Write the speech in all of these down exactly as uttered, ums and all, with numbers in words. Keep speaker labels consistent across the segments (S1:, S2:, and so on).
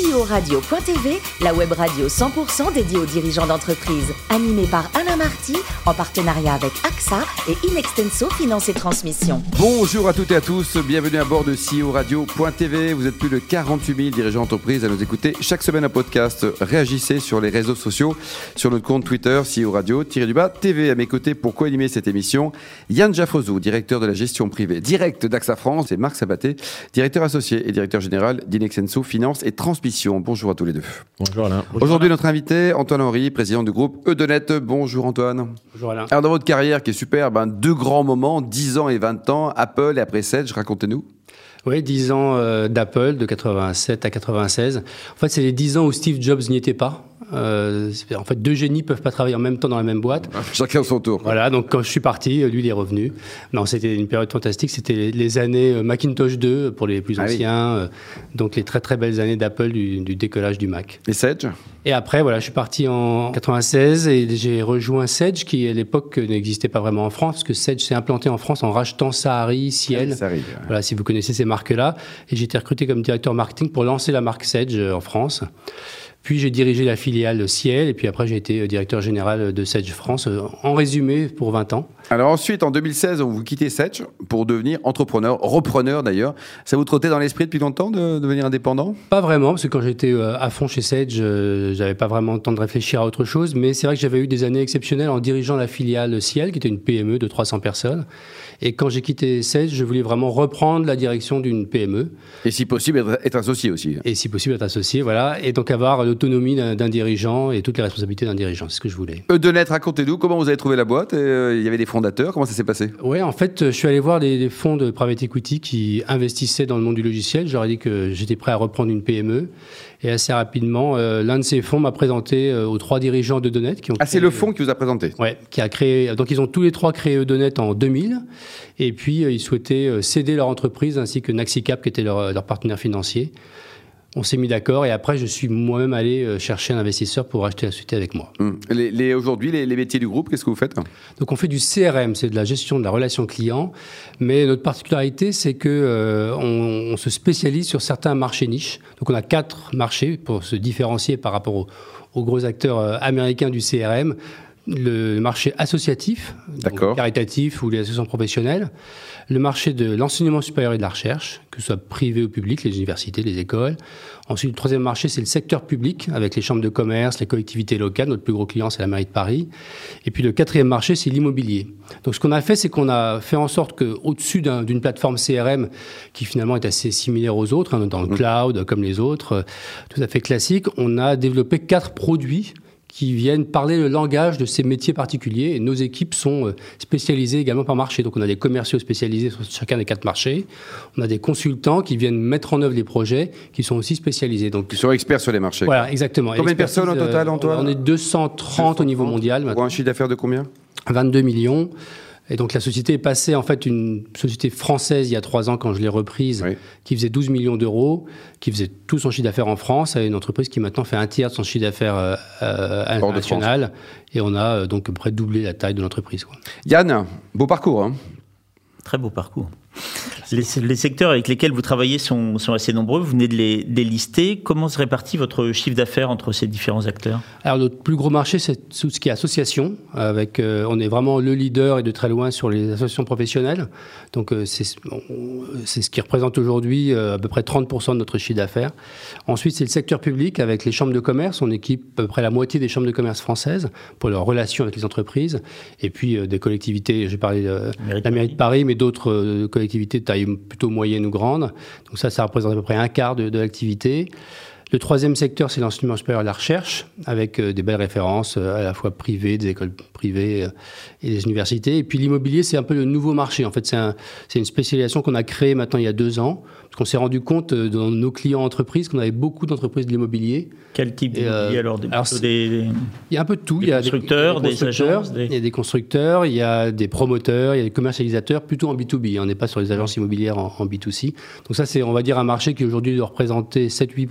S1: C E O radio point t v, la web radio cent pour cent dédiée aux dirigeants d'entreprise. Animée par Alain Marty, en partenariat avec A X A et Inextenso Finance et Transmission.
S2: Bonjour à toutes et à tous, bienvenue à bord de C E O radio point t v. Vous êtes plus de quarante-huit mille dirigeants d'entreprise à nous écouter chaque semaine un podcast. Réagissez sur les réseaux sociaux, sur notre compte Twitter, C E O radio-du-bas T V. À mes côtés, pour co-animer cette émission, Yann Jaffrezou, directeur de la gestion privée direct d'A X A France, et Marc Sabaté, directeur associé et directeur général d'Inextenso Finance et Transmission. Bonjour à tous les deux.
S3: Bonjour Alain. Bonjour
S2: Aujourd'hui,
S3: Alain.
S2: Notre invité, Antoine Henry, président du groupe Edenet. Bonjour Antoine.
S3: Bonjour Alain.
S2: Alors dans votre carrière qui est super, ben, deux grands moments, dix ans et vingt ans, Apple et après Sage, racontez-nous.
S3: Oui, dix ans euh, d'Apple, de quatre-vingt-sept à quatre-vingt-seize. En fait, c'est les dix ans où Steve Jobs n'y était pas. Euh, en fait, deux génies peuvent pas travailler en même temps dans la même boîte.
S2: Chacun son tour.
S3: Voilà, donc quand je suis parti, lui, il est revenu. Non, c'était une période fantastique. C'était les, les années Macintosh deux pour les plus
S2: ah
S3: anciens.
S2: Oui.
S3: Euh, donc les très très belles années d'Apple, du, du décollage du Mac.
S2: Et Sage ?
S3: Et après, voilà, je suis parti en quatre-vingt-seize et j'ai rejoint Sage, qui à l'époque n'existait pas vraiment en France, parce que Sage s'est implanté en France en rachetant Sahari, Ciel.
S2: Ça arrive. Ouais.
S3: Voilà, si vous connaissez ces marques-là. Et j'ai été recruté comme directeur marketing pour lancer la marque Sage en France. Puis j'ai dirigé la filiale Ciel, et puis après j'ai été directeur général de Sage France, en résumé, pour vingt ans.
S2: Alors ensuite, en deux mille seize, vous quittez Sage pour devenir entrepreneur, repreneur d'ailleurs. Ça vous trottait dans l'esprit depuis longtemps de devenir indépendant ?
S3: Pas vraiment, parce que quand j'étais à fond chez Sage, j'avais pas vraiment le temps de réfléchir à autre chose, mais c'est vrai que j'avais eu des années exceptionnelles en dirigeant la filiale Ciel, qui était une P M E de trois cents personnes. Et quand j'ai quitté Sage, je voulais vraiment reprendre la direction d'une P M E.
S2: Et si possible, être, être associé aussi.
S3: Et si possible, être associé, voilà. Et donc avoir l'autonomie d'un, d'un dirigeant et toutes les responsabilités d'un dirigeant. C'est ce que je voulais.
S2: Edenet, racontez-nous comment vous avez trouvé la boîte. Et, euh, il y avait des fondateurs. Comment ça s'est passé ?
S3: Oui, en fait, je suis allé voir des, des fonds de private equity qui investissaient dans le monde du logiciel. Je leur ai dit que j'étais prêt à reprendre une P M E. Et assez rapidement, euh, l'un de ces fonds m'a présenté euh, aux trois dirigeants d'Edenet. Qui ont
S2: ah, c'est le fonds qui vous a présenté ?
S3: Oui, qui a créé. Donc, ils ont tous les trois créé Edenet en deux mille. Et puis, euh, ils souhaitaient euh, céder leur entreprise ainsi que Naxicap, qui était leur, leur partenaire financier. On s'est mis d'accord et après, je suis moi-même allé euh, chercher un investisseur pour acheter la société avec moi.
S2: Hum. Les, les, aujourd'hui, les, les métiers du groupe, qu'est-ce que vous faites ?
S3: Donc, on fait du C R M, c'est de la gestion de la relation client. Mais notre particularité, c'est que euh, on, on se spécialise sur certains marchés niches. Donc, on a quatre marchés pour se différencier par rapport aux, aux gros acteurs euh, américains du C R M. Le marché associatif, donc caritatif ou les associations professionnelles, le marché de l'enseignement supérieur et de la recherche, que ce soit privé ou public, les universités, les écoles. Ensuite, le troisième marché, c'est le secteur public, avec les chambres de commerce, les collectivités locales. Notre plus gros client, c'est la mairie de Paris. Et puis le quatrième marché, c'est l'immobilier. Donc ce qu'on a fait, c'est qu'on a fait en sorte qu'au-dessus d'un, d'une plateforme C R M, qui finalement est assez similaire aux autres, hein, dans le cloud, comme les autres, tout à fait classique, on a développé quatre produits qui viennent parler le langage de ces métiers particuliers. Et nos équipes sont spécialisées également par marché. Donc, on a des commerciaux spécialisés sur chacun des quatre marchés. On a des consultants qui viennent mettre en œuvre les projets, qui sont aussi spécialisés. Donc,
S2: qui sont experts sur les marchés.
S3: Voilà, exactement.
S2: Combien de personnes au total, Antoine ?
S3: On est deux cent trente, deux cent trente au niveau mondial.
S2: Pour un chiffre d'affaires de combien ?
S3: vingt-deux millions. Et donc, la société est passée, en fait, une société française, il y a trois ans, quand je l'ai reprise, oui. qui faisait douze millions d'euros, qui faisait tout son chiffre d'affaires en France, à une entreprise qui maintenant fait un tiers de son chiffre d'affaires euh, euh, international. Et on a euh, donc à peu près doublé la taille de l'entreprise, quoi.
S2: Yann, beau parcours, hein ?
S4: Très beau parcours. Les, les secteurs avec lesquels vous travaillez sont, sont assez nombreux. Vous venez de les, de les lister. Comment se répartit votre chiffre d'affaires entre ces différents acteurs ?
S3: Alors, notre plus gros marché, c'est tout ce qui est association. Avec, euh, on est vraiment le leader et de très loin sur les associations professionnelles. Donc, euh, c'est, on, c'est ce qui représente aujourd'hui euh, à peu près trente pour cent de notre chiffre d'affaires. Ensuite, c'est le secteur public avec les chambres de commerce. On équipe à peu près la moitié des chambres de commerce françaises pour leurs relations avec les entreprises. Et puis, euh, des collectivités, j'ai parlé de la mairie de Paris, mais d'autres euh, collectivités de taille plutôt moyenne ou grande. Donc ça, ça représente à peu près un quart de, de l'activité. Le troisième secteur, c'est l'enseignement supérieur et la recherche, avec euh, des belles références euh, à la fois privées, des écoles privées euh, et des universités. Et puis l'immobilier, c'est un peu le nouveau marché. En fait, c'est, un, c'est une spécialisation qu'on a créée maintenant il y a deux ans, parce qu'on s'est rendu compte euh, dans nos clients entreprises qu'on avait beaucoup d'entreprises de l'immobilier.
S4: Quel type d'immobilier euh, alors, des, alors des,
S3: Il y a un peu de tout.
S4: Des
S3: il y a
S4: constructeurs,
S3: des, des,
S4: des agences des...
S3: Il y a des constructeurs, il y a des promoteurs, il y a des commercialisateurs, plutôt en B deux B. On n'est pas sur les agences immobilières en, en B deux C. Donc ça, c'est, on va dire, un marché qui aujourd'hui doit représenter sept à huit pour cent de notre chiffre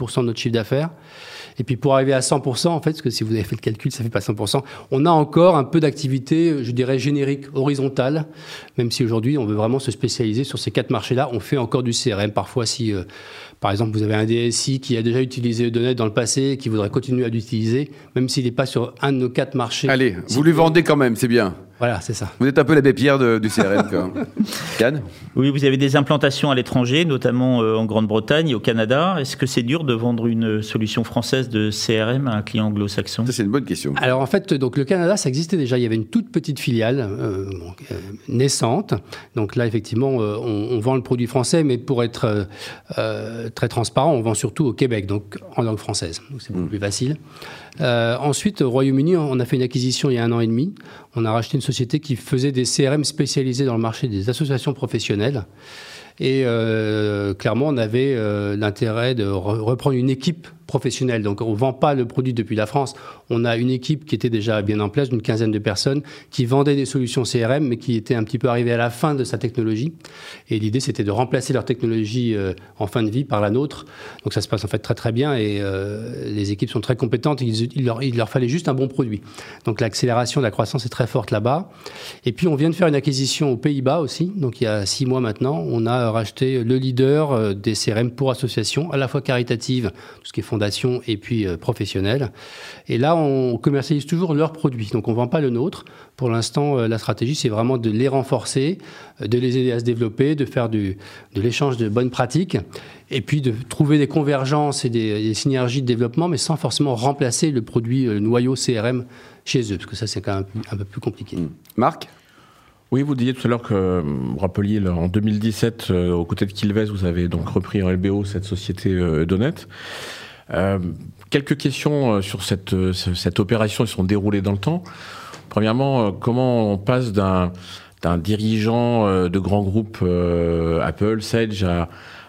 S3: chiffre d'affaires. Et puis pour arriver à cent pour cent, en fait, parce que si vous avez fait le calcul, ça ne fait pas cent pour cent, on a encore un peu d'activité, je dirais, générique, horizontale, même si aujourd'hui, on veut vraiment se spécialiser sur ces quatre marchés-là. On fait encore du C R M. Parfois, si, euh, par exemple, vous avez un D S I qui a déjà utilisé Eudonnet dans le passé et qui voudrait continuer à l'utiliser, même s'il n'est pas sur un de nos quatre marchés.
S2: Allez, vous lui vendez quand même, c'est bien.
S3: Voilà, c'est ça.
S2: Vous êtes un peu l'abbé Pierre de, du C R M, quoi. Yann ?
S4: Oui, vous avez des implantations à l'étranger, notamment euh, en Grande-Bretagne et au Canada. Est-ce que c'est dur de vendre une solution française de C R M à un client anglo-saxon ?
S2: Ça, c'est une bonne question.
S3: Alors en fait, donc le Canada, ça existait déjà. Il y avait une toute petite filiale euh, donc, euh, naissante. Donc là, effectivement, euh, on, on vend le produit français, mais pour être euh, euh, très transparent, on vend surtout au Québec, donc en langue française. Donc c'est beaucoup mmh. plus facile. Euh, ensuite, au Royaume-Uni, on a fait une acquisition il y a un an et demi. On a racheté une société qui faisait des C R M spécialisés dans le marché des associations professionnelles. Et euh, clairement, on avait euh, l'intérêt de re- reprendre une équipe professionnelle. Donc, on ne vend pas le produit depuis la France. On a une équipe qui était déjà bien en place, d'une quinzaine de personnes, qui vendait des solutions C R M, mais qui étaient un petit peu arrivées à la fin de sa technologie. Et l'idée, c'était de remplacer leur technologie euh, en fin de vie par la nôtre. Donc, ça se passe en fait très, très bien. Et euh, les équipes sont très compétentes. Il, il, leur, il leur fallait juste un bon produit. Donc, l'accélération de la croissance est très forte là-bas. Et puis, on vient de faire une acquisition aux Pays-Bas aussi. Donc, il y a six mois maintenant, on a racheté le leader des C R M pour associations, à la fois caritatives, tout ce qui est fondation et puis euh, professionnelle. Et là, on commercialise toujours leurs produits. Donc, on ne vend pas le nôtre. Pour l'instant, euh, la stratégie, c'est vraiment de les renforcer, euh, de les aider à se développer, de faire du, de l'échange de bonnes pratiques et puis de trouver des convergences et des, des synergies de développement, mais sans forcément remplacer le produit, le noyau C R M chez eux, parce que ça, c'est quand même un peu plus compliqué.
S2: Mmh. Marc ?
S5: Oui, vous disiez tout à l'heure que, vous rappeliez, en deux mille dix-sept, euh, aux côtés de Quilvez, vous avez donc repris en L B O cette société euh, Eudonnet. Euh, quelques questions sur cette, cette opération qui sont déroulées dans le temps. Premièrement, comment on passe d'un, d'un dirigeant de grand groupe euh, Apple, Sage, à,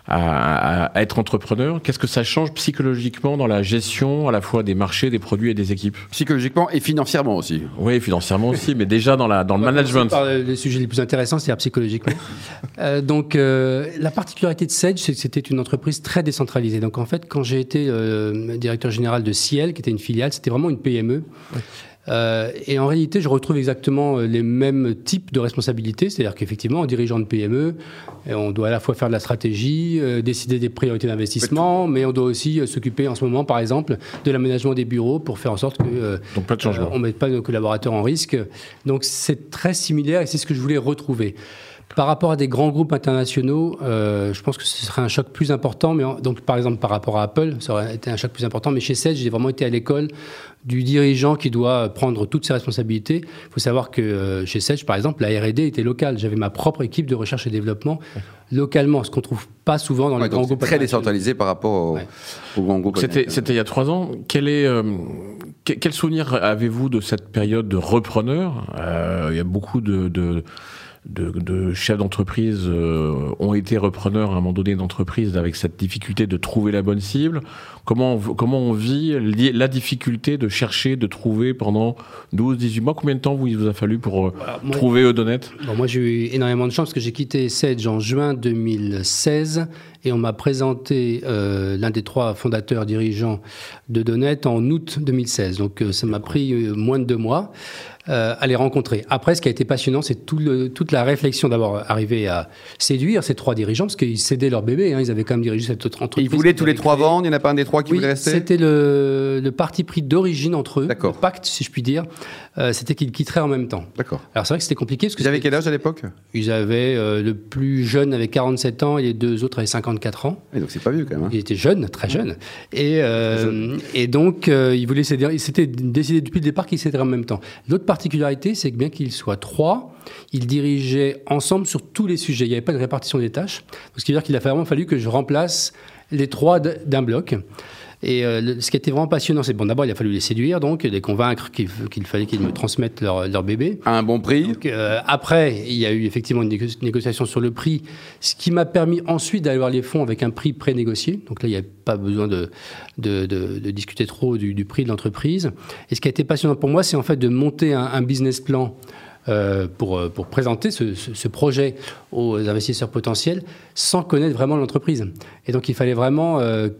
S5: à, à être entrepreneur ? Qu'est-ce que ça change psychologiquement dans la gestion à la fois des marchés, des produits et des équipes ?
S2: Psychologiquement et financièrement aussi.
S5: Oui, financièrement aussi, mais déjà dans, la, dans le management.
S3: Par les sujets les plus intéressants, c'est-à-dire psychologiquement. euh, donc, euh, la particularité de Sage, c'est que c'était une entreprise très décentralisée. Donc, en fait, quand j'ai été euh, directeur général de Ciel, qui était une filiale, c'était vraiment une P M E. Ouais. Euh, et en réalité, je retrouve exactement les mêmes types de responsabilités, c'est-à-dire qu'effectivement, en dirigeant une P M E, on doit à la fois faire de la stratégie, euh, décider des priorités d'investissement, mais on doit aussi euh, s'occuper en ce moment, par exemple, de l'aménagement des bureaux pour faire en sorte que euh,
S5: Donc, pas de changement.
S3: Euh, on ne mette pas nos collaborateurs en risque. Donc, c'est très similaire et c'est ce que je voulais retrouver. Par rapport à des grands groupes internationaux, euh, je pense que ce serait un choc plus important. Mais en, donc, par exemple, par rapport à Apple, ça aurait été un choc plus important. Mais chez Sage, j'ai vraiment été à l'école du dirigeant qui doit prendre toutes ses responsabilités. Il faut savoir que euh, chez Sage, par exemple, la R et D était locale. J'avais ma propre équipe de recherche et développement localement, ce qu'on ne trouve pas souvent dans ouais, les grands groupes.
S2: Très décentralisé par rapport au, ouais. aux grands groupes.
S5: C'était, c'était il y a trois ans. Quel est, euh, quel souvenir avez-vous de cette période de repreneur ? euh, Il y a beaucoup de... de De, de chefs d'entreprise euh, ont été repreneurs à un moment donné d'entreprise avec cette difficulté de trouver la bonne cible. Comment on, comment on vit la difficulté de chercher, de trouver pendant douze, dix-huit mois ? Combien de temps vous, il vous a fallu pour euh, Alors, moi, trouver Eudonnet ?
S3: bon, Moi, j'ai eu énormément de chance parce que j'ai quitté Sage en juin deux mille seize et on m'a présenté euh, l'un des trois fondateurs dirigeants d'Eudonnet en août deux mille seize. Donc, euh, ça m'a pris euh, moins de deux mois. Euh, à les rencontrer. Après, ce qui a été passionnant, c'est tout le, toute la réflexion d'avoir arrivé à séduire ces trois dirigeants, parce qu'ils cédaient leur bébé, hein, ils avaient quand même dirigé cette autre entreprise.
S2: Ils voulaient tous les trois créé. vendre, il n'y en a pas un des trois qui
S3: oui,
S2: voulait rester ?
S3: C'était le, le parti pris d'origine entre eux,
S2: D'accord.
S3: le pacte, si je puis dire, euh, c'était qu'ils quitteraient en même temps.
S2: D'accord.
S3: Alors c'est vrai que c'était compliqué. Parce que
S2: ils avaient quel âge à l'époque ?
S3: Ils avaient, euh, le plus jeune avait quarante-sept ans et les deux autres avaient cinquante-quatre ans.
S2: Et donc c'est pas vieux quand même. Hein.
S3: Ils étaient jeunes, très jeunes. Et, euh, jeune. et donc, euh, ils voulaient céder, c'était décidé depuis le départ qu'ils céderaient en même temps. L'autre particularité, c'est que bien qu'ils soient trois, ils dirigeaient ensemble sur tous les sujets. Il n'y avait pas de répartition des tâches. Ce qui veut dire qu'il a vraiment fallu que je remplace les trois d'un bloc. Et euh, le, ce qui était vraiment passionnant, c'est bon, d'abord, il a fallu les séduire, donc les convaincre qu'il, qu'il fallait qu'ils me transmettent leur, leur bébé.
S2: À un bon prix.
S3: Donc, euh, après, il y a eu effectivement une négo- négociation sur le prix, ce qui m'a permis ensuite d'aller voir les fonds avec un prix pré-négocié. Donc là, il n'y avait pas besoin de, de, de, de discuter trop du, du prix de l'entreprise. Et ce qui a été passionnant pour moi, c'est en fait de monter un, un business plan Euh, pour, pour présenter ce, ce, ce projet aux investisseurs potentiels sans connaître vraiment l'entreprise. Et donc, il fallait vraiment euh,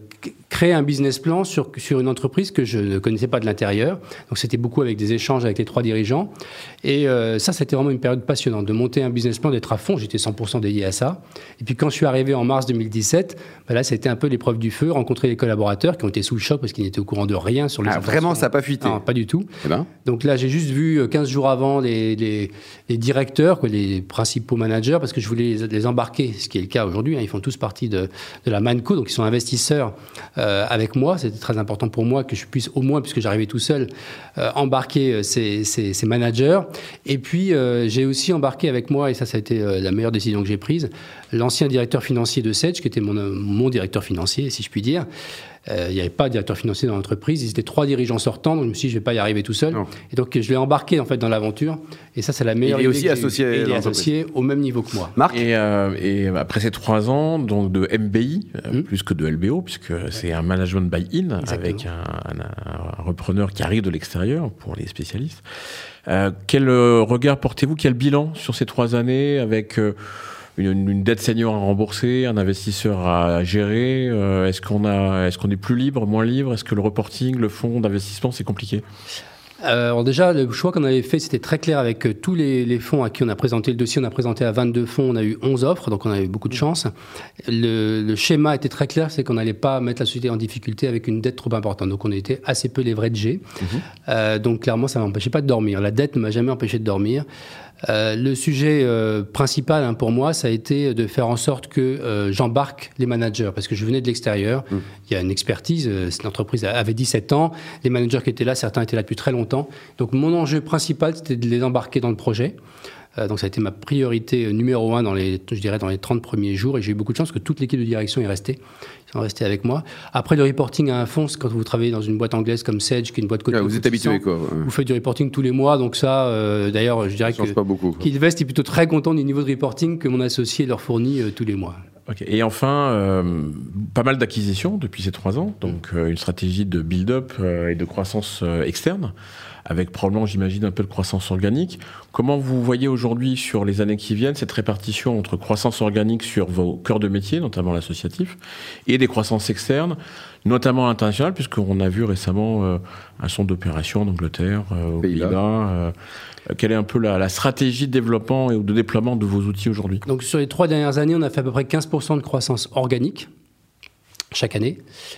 S3: créer un business plan sur, sur une entreprise que je ne connaissais pas de l'intérieur. Donc c'était beaucoup avec des échanges avec les trois dirigeants. Et euh, ça, c'était vraiment une période passionnante, de monter un business plan, d'être à fond. J'étais cent pour cent dédié à ça. Et puis quand je suis arrivé en mars deux mille dix-sept, ben là, c'était un peu l'épreuve du feu, rencontrer les collaborateurs qui ont été sous le choc parce qu'ils n'étaient au courant de rien sur les
S2: ah, vraiment, ça n'a pas fuité?
S3: Non, pas du tout.
S2: Eh ben.
S3: Donc là, j'ai juste vu quinze jours avant les, les, les directeurs, quoi, les principaux managers, parce que je voulais les, les embarquer, ce qui est le cas aujourd'hui. Hein, ils font tous partie de, de la Manco, donc ils sont investisseurs euh, avec moi. C'était très important pour moi que je puisse au moins, puisque j'arrivais tout seul, euh, embarquer ces, ces, ces managers. Et puis, euh, j'ai aussi embarqué avec moi, et ça, ça a été euh, la meilleure décision que j'ai prise, l'ancien directeur financier de Sedge, qui était mon, mon directeur financier, si je puis dire. Euh, il n'y avait pas de directeur financier dans l'entreprise. Ils étaient trois dirigeants sortants, donc je me suis dit, je ne vais pas y arriver tout seul. Non. Et donc, je l'ai embarqué en fait, dans l'aventure. Et ça, c'est la meilleure
S2: idée.
S3: Il est aussi
S2: associé,
S3: il est associé au même niveau que moi.
S2: Marc
S5: et, euh, et après ces trois ans donc de M B I, euh, mmh. plus que de L B O, puisque ouais. c'est un management buy-in avec un, un, un repreneur qui arrive de l'extérieur, pour les spécialistes. Euh, quel regard portez-vous, quel bilan sur ces trois années avec... Euh, Une, une dette senior à rembourser, un investisseur à gérer. Euh, est-ce qu'on a, est-ce qu'on est plus libre, moins libre? Est-ce que le reporting, le fonds d'investissement, c'est compliqué?
S3: Euh, alors déjà, le choix qu'on avait fait, c'était très clair avec euh, tous les, les fonds à qui on a présenté le dossier. On a présenté à vingt-deux fonds, on a eu onze offres, donc on a eu beaucoup de chance. Le, le schéma était très clair, c'est qu'on n'allait pas mettre la société en difficulté avec une dette trop importante. Donc on était assez peu leveragé. Mmh. Euh, donc clairement, ça ne m'empêchait pas de dormir. La dette ne m'a jamais empêché de dormir. Euh, le sujet euh, principal hein, pour moi, ça a été de faire en sorte que euh, j'embarque les managers, parce que je venais de l'extérieur. Mmh. Il y a une expertise. Euh, cette entreprise avait dix-sept ans. Les managers qui étaient là, certains étaient là depuis très longtemps. Donc mon enjeu principal, c'était de les embarquer dans le projet. Euh, donc ça a été ma priorité numéro un dans les, je dirais, dans les trente premiers jours. Et j'ai eu beaucoup de chance que toute l'équipe de direction est restée. Ils sont restés avec moi. Après, le reporting à un fonds, c'est quand vous travaillez dans une boîte anglaise comme Sedge, qui est une boîte cotée.
S2: Ouais, vous êtes habitué, quoi. Ouais.
S3: Vous faites du reporting tous les mois. Donc ça, euh, d'ailleurs, je dirais
S2: ça change pas beaucoup,
S3: qu'Invest est plutôt très content du niveau de reporting que mon associé leur fournit euh, tous les mois.
S5: Okay. Et enfin, euh, pas mal d'acquisitions depuis ces trois ans. Donc euh, une stratégie de build-up euh, et de croissance euh, externe, avec probablement, j'imagine, un peu de croissance organique. Comment vous voyez aujourd'hui, sur les années qui viennent, cette répartition entre croissance organique sur vos cœurs de métier, notamment l'associatif, et des croissances externes, notamment à l'international, puisqu'on a vu récemment euh, un centre d'opération en Angleterre, euh, aux Pays-Bas. Pays-Bas euh, quelle est un peu la, la stratégie de développement et de déploiement de vos outils aujourd'hui? Donc
S3: sur les trois dernières années, on a fait à peu près quinze pour cent de croissance organique chaque année.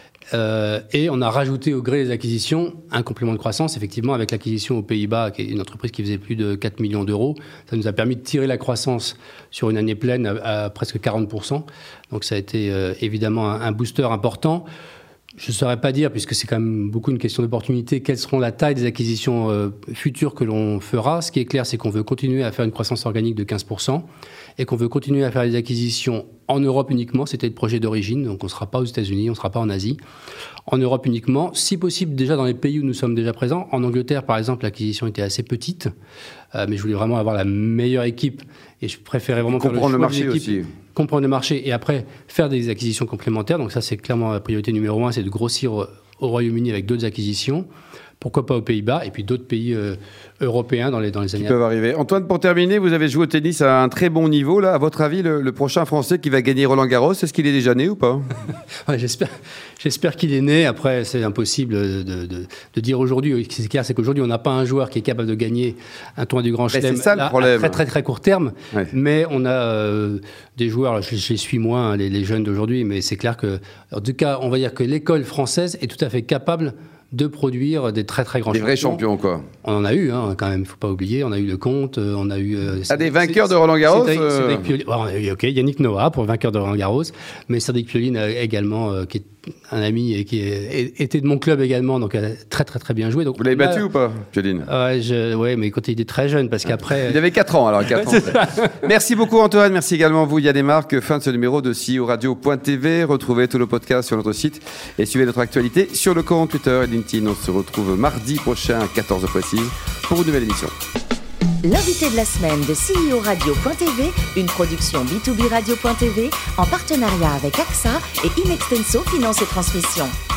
S3: Euh, et on a rajouté au gré des acquisitions un complément de croissance, effectivement, avec l'acquisition aux Pays-Bas, qui est une entreprise qui faisait plus de quatre millions d'euros. Ça nous a permis de tirer la croissance sur une année pleine à, à presque quarante pour cent. Donc ça a été euh, évidemment un, un booster important. Je ne saurais pas dire, puisque c'est quand même beaucoup une question d'opportunité, quelles seront la taille des acquisitions euh, futures que l'on fera. Ce qui est clair, c'est qu'on veut continuer à faire une croissance organique de quinze pour cent et qu'on veut continuer à faire des acquisitions en Europe uniquement. C'était le projet d'origine, donc on ne sera pas aux États-Unis, on ne sera pas en Asie. En Europe uniquement, si possible déjà dans les pays où nous sommes déjà présents. En Angleterre, par exemple, l'acquisition était assez petite, euh, mais je voulais vraiment avoir la meilleure équipe et je préférais vraiment
S2: comprendre
S3: faire le,
S2: le marché aussi.
S3: Comprendre le marché et après faire des acquisitions complémentaires. Donc ça, c'est clairement la priorité numéro un, c'est de grossir au, au Royaume-Uni avec d'autres acquisitions. Pourquoi pas aux Pays-Bas et puis d'autres pays euh, européens dans les, dans les années
S2: qui peuvent arriver. Antoine, pour terminer, vous avez joué au tennis à un très bon niveau. Là. À votre avis, le, le prochain Français qui va gagner Roland-Garros, est-ce qu'il est déjà né ou pas?
S3: Ouais, j'espère, j'espère qu'il est né. Après, c'est impossible de, de, de, de dire aujourd'hui. Ce qui est clair, c'est qu'aujourd'hui, on n'a pas un joueur qui est capable de gagner un tournoi du Grand Chelem à très, très, très court terme. Ouais. Mais on a euh, des joueurs, je, je les suis moins, hein, les, les jeunes d'aujourd'hui, mais c'est clair que, en tout cas, on va dire que l'école française est tout à fait capable de produire des très très grands
S2: des
S3: champions.
S2: Des vrais champions, quoi.
S3: On en a eu, hein, quand même, il ne faut pas oublier. On a eu Lecomte, on a eu... Euh,
S2: ah, des vainqueurs de Roland-Garros
S3: Cédric, euh... Cédric Pioline, ouais, on a eu, ok, Yannick Noah pour vainqueur de Roland-Garros, mais Cédric Pioline également, euh, qui est un ami et qui est, était de mon club également, donc elle a très très très bien joué. Donc,
S2: vous l'avez battu ou pas, Pioline?
S3: Ouais, je, ouais, mais quand il était très jeune, parce qu'après...
S2: Il avait quatre ans, alors quatre ans. Merci beaucoup Antoine, merci également vous Yann et Marc. Fin de ce numéro de C I O Radio point T V. Retrouvez tous nos podcasts sur notre site et suivez notre actualité sur le compte Twitter et LinkedIn. On se retrouve mardi prochain à quatorze heures précise pour une nouvelle émission.
S1: L'invité de la semaine de C I O Radio point T V, une production B deux B Radio point T V en partenariat avec A X A et Inextenso Finance et Transmission.